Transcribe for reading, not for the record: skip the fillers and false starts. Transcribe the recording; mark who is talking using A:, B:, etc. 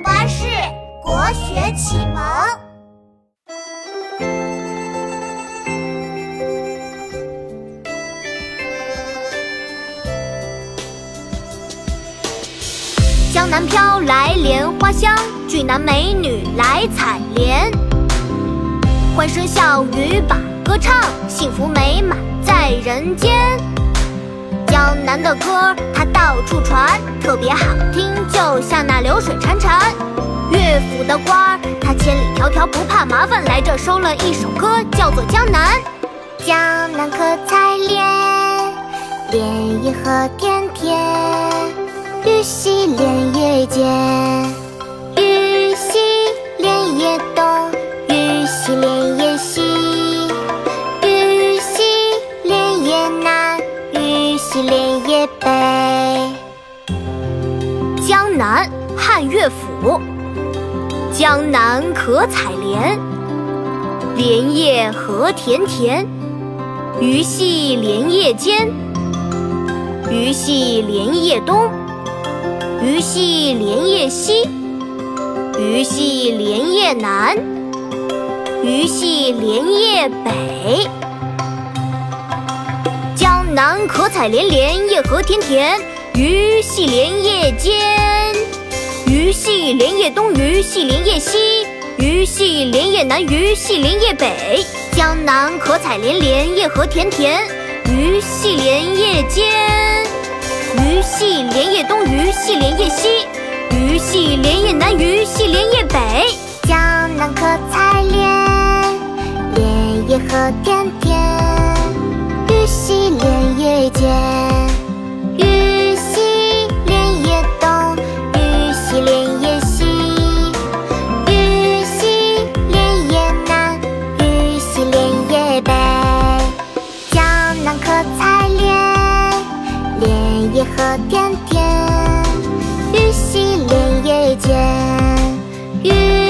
A: 巴士国学启蒙。江南飘来莲花香，俊男美女来采莲。欢声笑语把歌唱，幸福美满在人间。江南的歌它到处传，特别好听，就像那流水潺潺。乐府的官儿他千里迢迢不怕麻烦，来这收了一首歌，叫做《江南》。江南可采莲，莲叶何田田。鱼戏莲叶间，鱼戏莲叶东，鱼戏莲叶西，鱼戏莲叶南，鱼戏莲叶北。江南，汉乐府。江南可采莲，莲叶何田田。鱼戏莲叶间，鱼戏莲叶东，鱼戏莲叶西，鱼戏莲叶南，鱼戏莲叶北。江南可采莲，莲叶何田田。鱼戏莲叶间，鱼戏莲叶东，鱼戏莲叶西，鱼戏莲叶南，鱼戏莲叶北。江南可采莲，莲叶何田田。鱼戏莲叶间，鱼戏莲叶东，鱼戏莲叶西，鱼戏莲叶南，鱼戏莲叶北。江南可采莲，莲叶何田田。鱼戏莲叶间，鱼戏莲叶东，鱼戏莲叶西，鱼戏莲叶南，鱼戏莲叶北。江南可采莲，莲叶何田田。鱼戏莲叶间，鱼